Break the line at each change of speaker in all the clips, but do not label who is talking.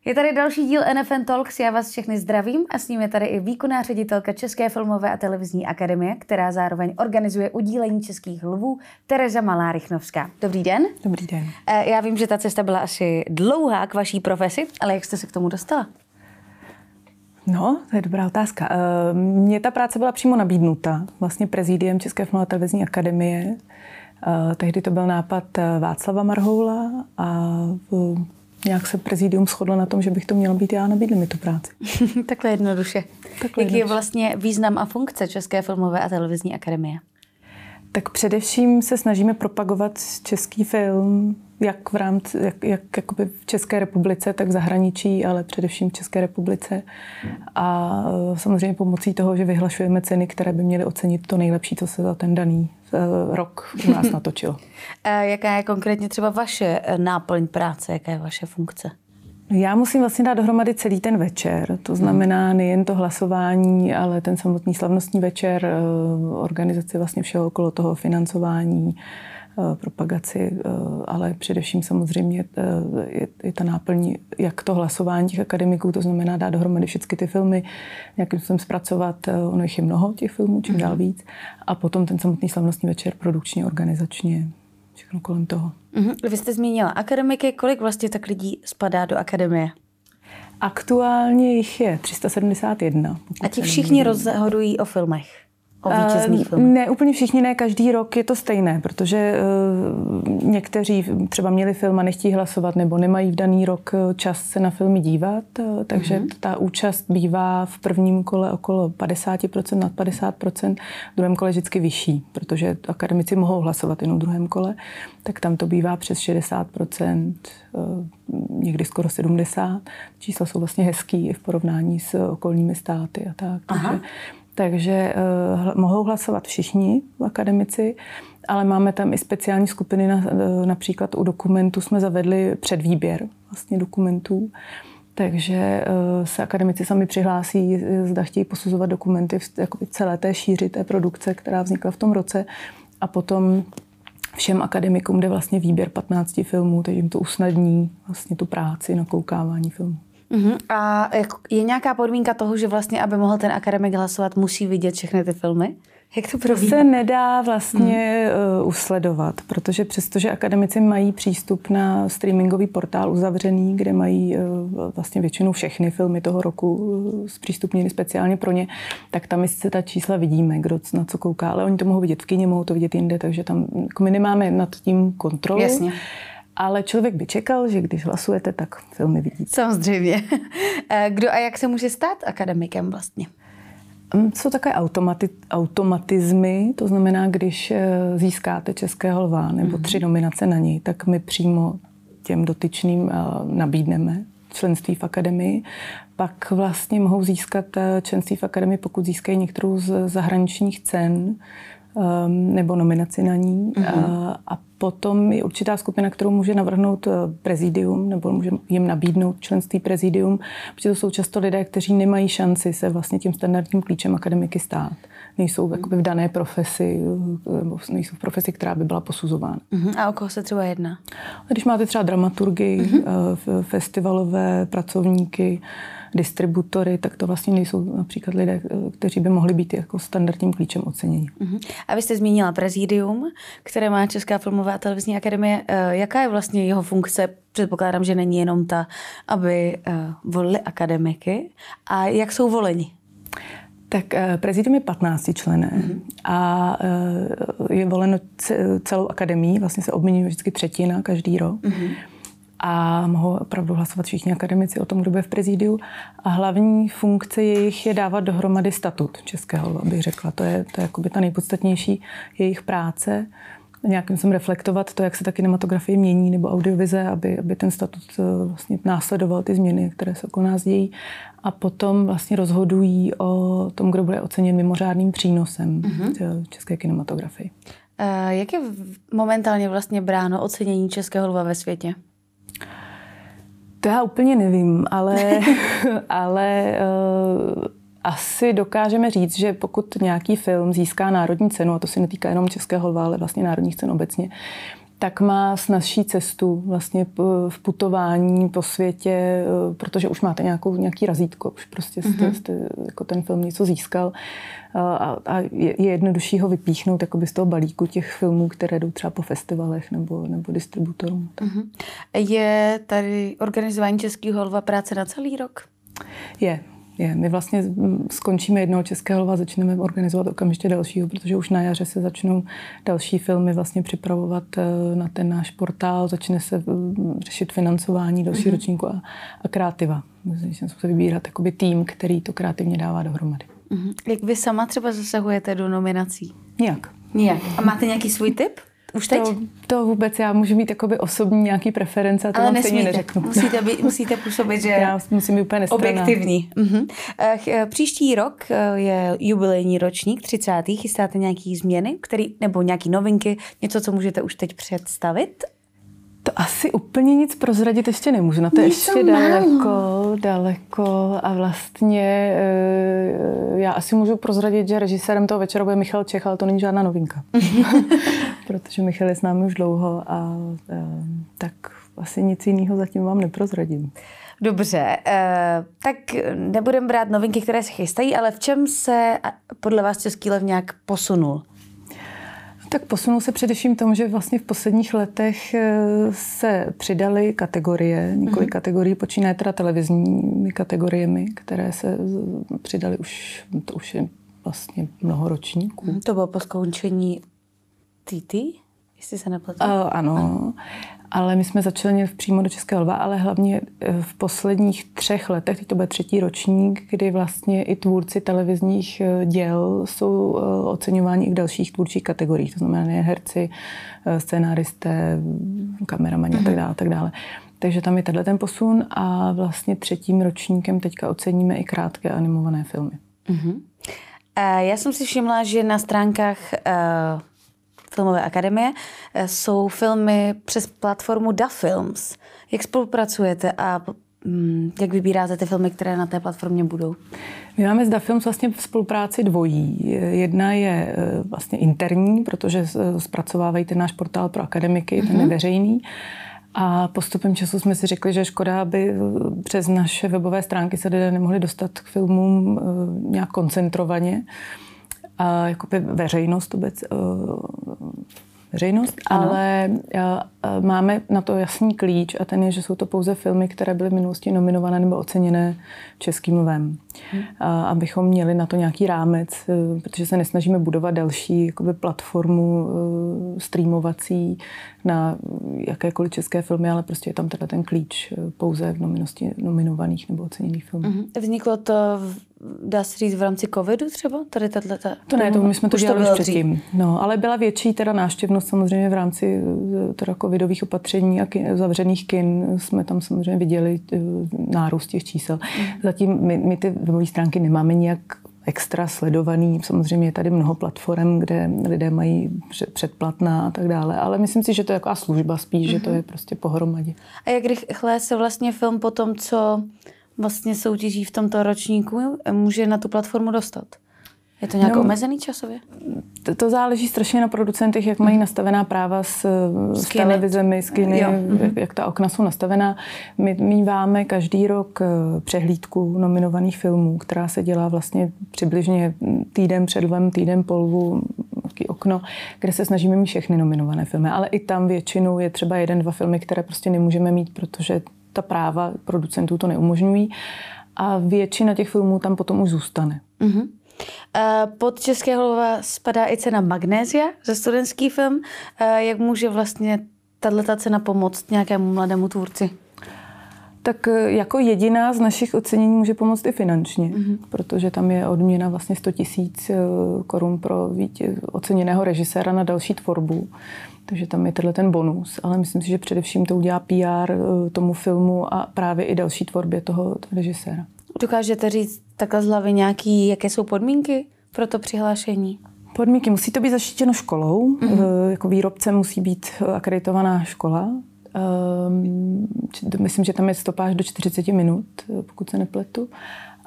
Je tady další díl NFN Talks, já vás všechny zdravím a s ním je tady i výkonná ředitelka České filmové a televizní akademie, která zároveň organizuje udílení českých lvů, Tereza Malá-Rychnovská. Dobrý den.
Dobrý den.
Já vím, že ta cesta byla asi dlouhá k vaší profesi, ale jak jste se k tomu dostala?
No, to je dobrá otázka. Mně ta práce byla přímo nabídnuta, vlastně prezidiem České filmové a televizní akademie. Tehdy to byl nápad Václava Marhoula a nějak se prezidium shodlo na tom, že bych to měla být já, nabídli mi tu práci.
Takhle jednoduše. Jaký je vlastně význam a funkce České filmové a televizní akademie?
Tak především se snažíme propagovat český film, jak v rámci, jak jakoby v České republice, tak v zahraničí, ale především v České republice. A samozřejmě pomocí toho, že vyhlašujeme ceny, které by měly ocenit to nejlepší, co se za ten daný rok u nás natočilo.
Jaká je konkrétně třeba vaše náplň práce, jaká je vaše funkce?
Já musím vlastně dát dohromady celý ten večer. To znamená nejen to hlasování, ale ten samotný slavnostní večer, organizaci vlastně všeho okolo toho, financování, propagaci, ale především samozřejmě je ta náplň, jak to hlasování těch akademiků, to znamená dát dohromady všechny ty filmy, nějakým způsobem zpracovat, ono jich je mnoho těch filmů, čím dál víc, a potom ten samotný slavnostní večer produkčně, organizačně, všechno kolem toho.
Vy jste zmínila akademiky, kolik vlastně tak lidí spadá do akademie?
Aktuálně jich je 371.
A ti všichni rozhodují o filmech? O vítězných filmech?
Ne, úplně všichni, ne, každý rok je to stejné, protože někteří třeba měli film a nechtějí hlasovat nebo nemají v daný rok čas se na filmy dívat, takže ta účast bývá v prvním kole okolo 50%, nad 50%, v druhém kole vždycky vyšší, protože akademici mohou hlasovat jen v druhém kole, tak tam to bývá přes 60%, někdy skoro 70%. Čísla jsou vlastně hezký i v porovnání s okolními státy a tak. Takže mohou hlasovat všichni akademici, ale máme tam i speciální skupiny, například u dokumentů jsme zavedli předvýběr vlastně dokumentů, takže se akademici sami přihlásí, zda chtějí posuzovat dokumenty v celé té šíři té produkce, která vznikla v tom roce, a potom všem akademikům jde vlastně výběr 15 filmů, takže jim to usnadní vlastně tu práci na koukávání filmů.
A je nějaká podmínka toho, že vlastně, aby mohl ten akademik hlasovat, musí vidět všechny ty filmy? Jak to probíhá?
To se nedá vlastně usledovat, protože přestože akademici mají přístup na streamingový portál uzavřený, kde mají vlastně většinou všechny filmy toho roku zpřístupněny speciálně pro ně, tak tam sice ta čísla vidíme, kdo na co kouká, ale oni to mohou vidět v kině, mohou to vidět jinde, takže tam jako my nemáme nad tím kontrolu.
Jasně.
Ale člověk by čekal, že když hlasujete, tak filmy vidíte.
Samozřejmě. Kdo a jak se může stát akademikem vlastně?
Jsou takové automatizmy, to znamená, když získáte Českého lva nebo 3 nominace na něj, tak my přímo těm dotyčným nabídneme členství v akademii. Pak vlastně mohou získat členství v akademii, pokud získají některou z zahraničních cen nebo nominaci na ní. A potom je určitá skupina, kterou může navrhnout prezidium nebo může jim nabídnout členství prezidium, protože to jsou často lidé, kteří nemají šanci se vlastně tím standardním klíčem akademiky stát. Nejsou jakoby v dané profesi, nebo nejsou v profesi, která by byla posuzována.
A o koho se třeba jedná?
Když máte třeba dramaturgy, festivalové pracovníky, distributory, tak to vlastně nejsou například lidé, kteří by mohli být jako standardním klíčem ocenění.
A vy jste zmínila prezidium, které má Česká filmová a televizní akademie. Jaká je vlastně jeho funkce? Předpokládám, že není jenom ta, aby volili akademiky. A jak jsou voleni?
Tak prezidium je 15 člené a je voleno celou akademií, vlastně se obměňuje vždycky třetina každý rok. A mohou opravdu hlasovat všichni akademici o tom, kdo bude v prezidiu. A hlavní funkce jejich je dávat dohromady statut Českého lva, bych řekla. To je jakoby ta nejpodstatnější jejich práce. Nějakým jsem reflektovat to, jak se ta kinematografie mění nebo audiovize, aby ten statut vlastně následoval ty změny, které se okolo nás dějí. A potom vlastně rozhodují o tom, kdo bude oceněn mimořádným přínosem české kinematografii.
Jak je momentálně vlastně bráno ocenění Českého lva ve světě?
To já úplně nevím, ale asi dokážeme říct, že pokud nějaký film získá národní cenu, a to se netýká jenom Českého lva, ale vlastně národních cen obecně, tak má snazší cestu vlastně v putování po světě, protože už máte nějaký razítko, už prostě jste jako ten film něco získal a je jednodušší ho vypíchnout jakoby z toho balíku těch filmů, které jdou třeba po festivalech nebo distributorům.
Je tady organizování Českého lva práce na celý rok?
Je. My vlastně skončíme jednoho Českého lva, začneme organizovat okamžitě dalšího, protože už na jaře se začnou další filmy vlastně připravovat na ten náš portál, začne se řešit financování další ročníku a kreativa. Začne se vybírat jakoby tým, který to kreativně dává dohromady.
Jak vy sama třeba zasahujete do nominací?
Nijak.
A máte nějaký svůj tip? Už teď?
To vůbec, já můžu mít jakoby osobní nějaký preference a to vám stejně neřeknu.
Musíte působit, že
já musím být úplně nestranná.
Objektivní. Příští rok je jubilejní ročník, 30. Chystáte nějaký změny, nebo nějaký novinky, něco, co můžete už teď představit?
To asi úplně nic prozradit ještě nemůžu. Na to ještě daleko a vlastně já asi můžu prozradit, že režisérem toho večera bude Michal Čech, ale to není žádná novinka. Protože Michal je s námi už dlouho a tak asi nic jiného zatím vám neprozradím.
Dobře, tak nebudeme brát novinky, které se chystají, ale v čem se podle vás Český lev nějak posunul?
Tak posunul se především tomu, že vlastně v posledních letech se přidaly kategorie, několik kategorií, počínaje teda televizními kategoriemi, které se přidaly to už je vlastně mnoho ročníků.
To bylo po skončení TT, jestli se nepletu.
Ano, ale my jsme začali přímo do Českého lva, ale hlavně v posledních 3 letech, teď to bude 3. ročník, kdy vlastně i tvůrci televizních děl jsou oceňováni i v dalších tvůrčích kategoriích, to znamená nejen herci, scénáristé, kameramani a tak dále. Takže tam je tenhle ten posun a vlastně 3. ročníkem teďka oceníme i krátké animované filmy.
Já jsem si všimla, že na stránkách Filmové akademie jsou filmy přes platformu DaFilms. Jak spolupracujete a jak vybíráte ty filmy, které na té platformě budou?
My máme s DaFilms vlastně v spolupráci dvojí. Jedna je vlastně interní, protože zpracovávají ten náš portál pro akademiky, ten je veřejný. A postupem času jsme si řekli, že škoda, aby přes naše webové stránky se lidé nemohli dostat k filmům nějak koncentrovaně. A jakoby veřejnost, ale máme na to jasný klíč a ten je, že jsou to pouze filmy, které byly v minulosti nominované nebo oceněné Českým lvem. Abychom měli na to nějaký rámec, protože se nesnažíme budovat další jakoby platformu streamovací na jakékoliv české filmy, ale prostě je tam teda ten klíč pouze v nominovaných nebo oceněných filmů.
Vzniklo to, dá se říct, v rámci covidu třeba?
To ne, my jsme to dělali už předtím. No, ale byla větší teda návštěvnost samozřejmě v rámci teda covidových opatření a zavřených kin. Jsme tam samozřejmě viděli nárůst těch čísel. Zatím my ty webové stránky nemáme nějak extra sledovaný. Samozřejmě je tady mnoho platform, kde lidé mají předplatná a tak dále, ale myslím si, že to je taková služba spíš, že to je prostě pohromadě. A
jak rychle se vlastně film po tom, co vlastně soutěží v tomto ročníku, může na tu platformu dostat? Je to nějak omezený časově?
To záleží strašně na producentech, jak mají nastavená práva s televizemi, s kiny, jak ta okna jsou nastavená. My míváme každý rok přehlídku nominovaných filmů, která se dělá vlastně přibližně týden před lvem, týden po lvu, takové okno, kde se snažíme mít všechny nominované filmy. Ale i tam většinou je třeba 1-2 filmy, které prostě nemůžeme mít, protože ta práva producentů to neumožňují. A většina těch filmů tam potom už zůstane.
Pod Českého lva spadá i cena Magnézia za studentský film. Jak může vlastně tato cena pomoct nějakému mladému tvůrci?
Tak jako jediná z našich ocenění může pomoct i finančně, protože tam je odměna vlastně 100 000 korun pro oceněného režiséra na další tvorbu. Takže tam je ten bonus, ale myslím si, že především to udělá PR tomu filmu a právě i další tvorbě toho režiséra.
Dokážete říct takhle z hlavy nějaký, jaké jsou podmínky pro to přihlášení?
Podmínky musí to být zaštítěno školou, jako výrobcem musí být akreditovaná škola. Myslím, že tam je stopáž do 40 minut, pokud se nepletu.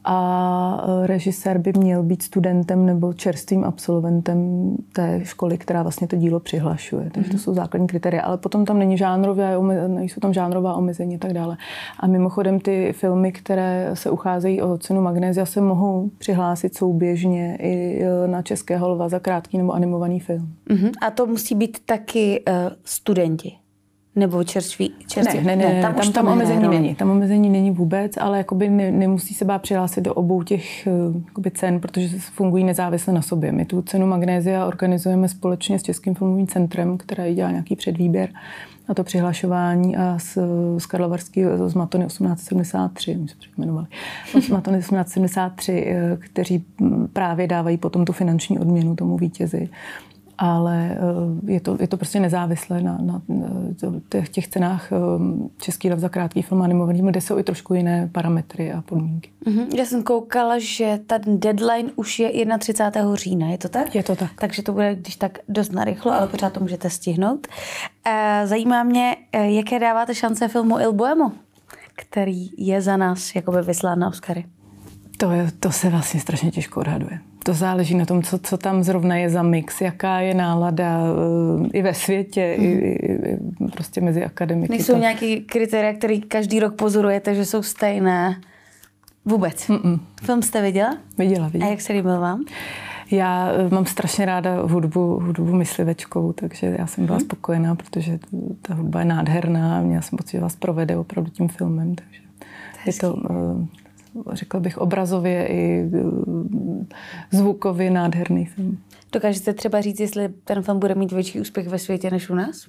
a režisér by měl být studentem nebo čerstvým absolventem té školy, která vlastně to dílo přihlašuje. Takže to jsou základní kritéria, ale potom tam nejsou tam žánrová omezení a tak dále. A mimochodem ty filmy, které se ucházejí o cenu Magnésia, se mohou přihlásit souběžně i na Českého lva za krátký nebo animovaný film.
A to musí být taky studenti? Nebo čerství?
Ne, tam omezení není. Tam omezení není vůbec, ale jakoby nemusí se bát přihlásit do obou těch jakoby cen, protože fungují nezávisle na sobě. My tu cenu Magnésia organizujeme společně s Českým filmovým centrem, které dělá nějaký předvýběr a to přihlašování a z Karlovarského z Matony 1873, my se jmenovali, z Matony 1873, kteří právě dávají potom tu finanční odměnu tomu vítězi. Ale je to prostě nezávislé na těch cenách Český lev za krátký film animovaný, kde jsou i trošku jiné parametry a podmínky.
Já jsem koukala, že ta deadline už je 31. října, je to tak?
Je to tak.
Takže to bude když tak dost narychlo, ale pořád to můžete stihnout. Zajímá mě, jaké dáváte šance filmu Il Bohemo, který je za nás jakoby vyslán na Oscary.
To se vlastně strašně těžko odhaduje. To záleží na tom, co tam zrovna je za mix, jaká je nálada i ve světě, i prostě mezi akademiky.
Nejsou nějaké kritéria, které každý rok pozorujete, že jsou stejné? Vůbec? Film jste viděla?
Viděla.
A jak se líbil vám?
Já mám strašně ráda hudbu myslivečkou, takže já jsem byla spokojená, protože ta hudba je nádherná a měla jsem pocit, že vás provede opravdu tím filmem, takže je to... řekla bych obrazově i zvukově nádherný film.
Dokážete třeba říct, jestli ten film bude mít větší úspěch ve světě než u nás?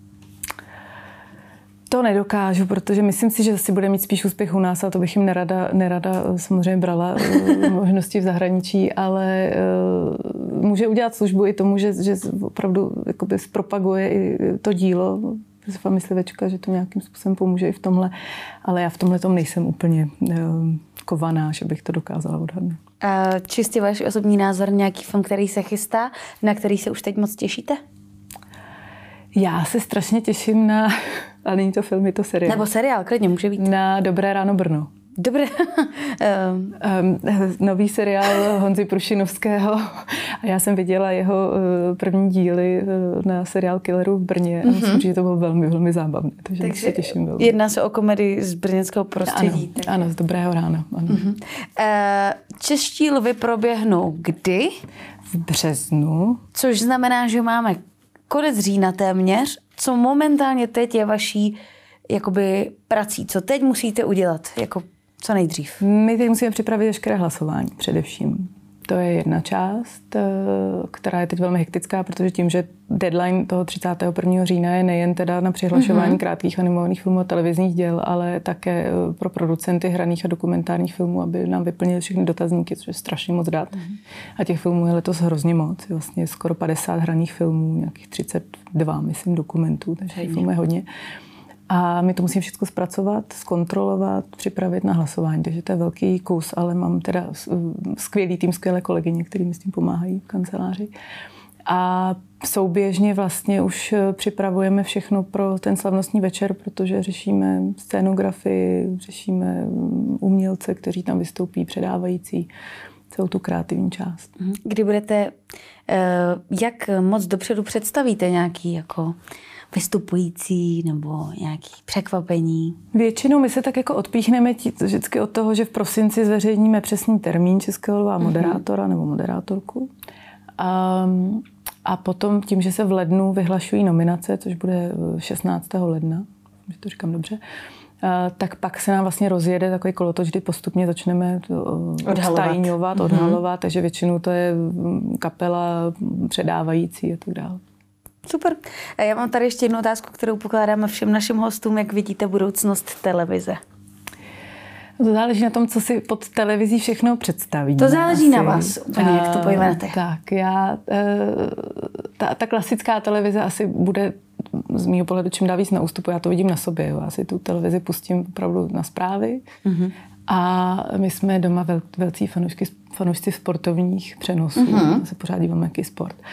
To nedokážu, protože myslím si, že si bude mít spíš úspěch u nás, ale to bych jim nerada samozřejmě brala možnosti v zahraničí, ale může udělat službu i tomu, že opravdu jakoby zpropaguje i to dílo Josefa Myslivečka, že to nějakým způsobem pomůže i v tomhle, ale já v tomhle tom nejsem úplně kovaná, že bych to dokázala odhadnout.
Čistě váš osobní názor, nějaký film, který se chystá, na který se už teď moc těšíte?
Já se strašně těším na, ale není to film, je to seriál.
Nebo seriál, klidně, může být.
Na Dobré ráno Brno.
Dobré.
Nový seriál Honzy Prušinovského. A já jsem viděla jeho první díly na seriál Killerů v Brně a myslím, že to bylo velmi, velmi zábavné. Takže se těším velmi.
Jedná se o komedii z brněnského prostředí.
Ano, z Dobrého rána. Ano.
Čeští lvy proběhnou kdy?
V březnu.
Což znamená, že máme konec října téměř. Co momentálně teď je vaší jakoby prací? Co teď musíte udělat? Jako co nejdřív?
My teď musíme připravit veškeré hlasování především. To je jedna část, která je teď velmi hektická, protože tím, že deadline toho 31. října je nejen teda na přihlašování krátkých animovaných filmů a televizních děl, ale také pro producenty hraných a dokumentárních filmů, aby nám vyplnili všechny dotazníky, což je strašně moc dát. A těch filmů je letos hrozně moc. Vlastně skoro 50 hraných filmů, nějakých 32, myslím, dokumentů, takže těch filmů je hodně. A my to musíme všechno zpracovat, zkontrolovat, připravit na hlasování. Takže to je velký kus, ale mám teda skvělý tým, skvělé kolegyně, který mi s tím pomáhají v kanceláři. A souběžně vlastně už připravujeme všechno pro ten slavnostní večer, protože řešíme scénografii, řešíme umělce, kteří tam vystoupí, předávající celou tu kreativní část.
Kdy budete, jak moc dopředu představíte nějaký jako vystupující nebo nějaký překvapení?
Většinou my se tak jako odpíchneme vždycky od toho, že v prosinci zveřejníme přesný termín Českého lva moderátora nebo moderátorku. A potom tím, že se v lednu vyhlašují nominace, což bude 16. ledna, že to říkám dobře, tak pak se nám vlastně rozjede takový kolotoč, kdy postupně začneme odhalovat, takže většinou to je kapela předávající a tak dále.
Super. A já mám tady ještě jednu otázku, kterou pokládáme všem našim hostům. Jak vidíte budoucnost televize?
To záleží na tom, co si pod televizí všechno představí.
To záleží na vás, úplně, jak to pojmenete.
Tak, ta klasická televize asi bude z mýho pohledu čím dál víc na ústupu. Já to vidím na sobě. Já si tu televizi pustím opravdu na zprávy. A my jsme doma velcí fanoušci sportovních přenosů. Se pořád díváme, jaký sport.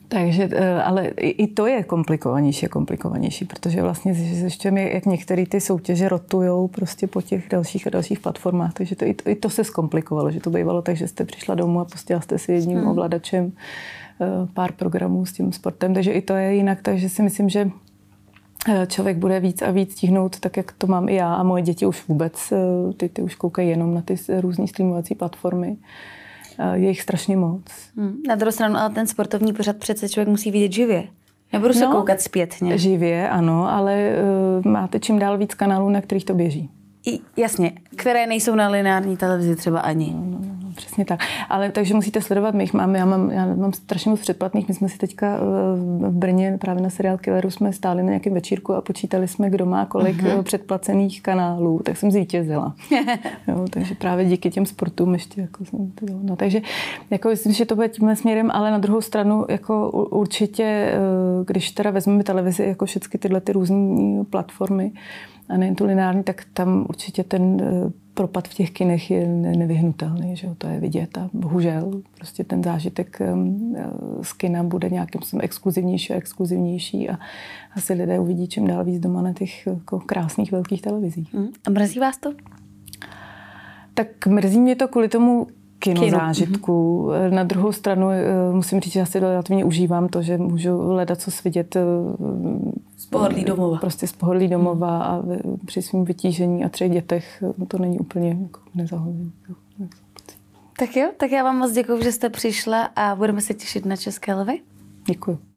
Takže, ale i to je komplikovanější, protože vlastně zjišťujeme, jak některé ty soutěže rotujou prostě po těch dalších a dalších platformách, takže i to se zkomplikovalo, že to bývalo tak, že jste přišla domů a pustila jste si jedním ovladačem pár programů s tím sportem, takže i to je jinak, takže si myslím, že člověk bude víc a víc stihnout, tak jak to mám i já a moje děti už vůbec, ty už koukají jenom na ty různé streamovací platformy. Je jich strašně moc.
Na druhou stranu, ale ten sportovní pořad přece člověk musí vidět živě. Nebudu se koukat zpětně.
Živě, ano, ale máte čím dál víc kanálů, na kterých to běží.
Jasně, které nejsou na lineární televizi třeba ani.
No, přesně tak. Ale takže musíte sledovat, já mám strašně moc předplatných. My jsme si teďka v Brně právě na seriál Killeru jsme stáli na nějakém večírku a počítali jsme, kdo má kolik předplacených kanálů, tak jsem zvítězila. Jo, takže právě díky těm sportům ještě jako jsem to dělala. No, takže jako myslím, že to bude tímhle směrem, ale na druhou stranu jako určitě, když teda vezmeme televizi jako všechny tyhle ty různé platformy, a nejen tu lineární, tak tam určitě ten propad v těch kinech je nevyhnutelný, že jo, to je vidět a bohužel prostě ten zážitek z kina bude nějakým způsobem exkluzivnější a asi lidé uvidí čím dál víc doma na těch jako krásných velkých televizích.
A mrzí vás to?
Tak mrzí mě to kvůli tomu kinozážitku. Na druhou stranu musím říct, že já si relativně užívám to, že můžu hledat co vidět
z pohodlí domova.
Prostě z pohodlí domova a při svým vytížení a 3 dětech to není úplně jako nezahodné.
Tak jo, tak já vám moc děkuju, že jste přišla a budeme se těšit na České lvy.
Děkuji.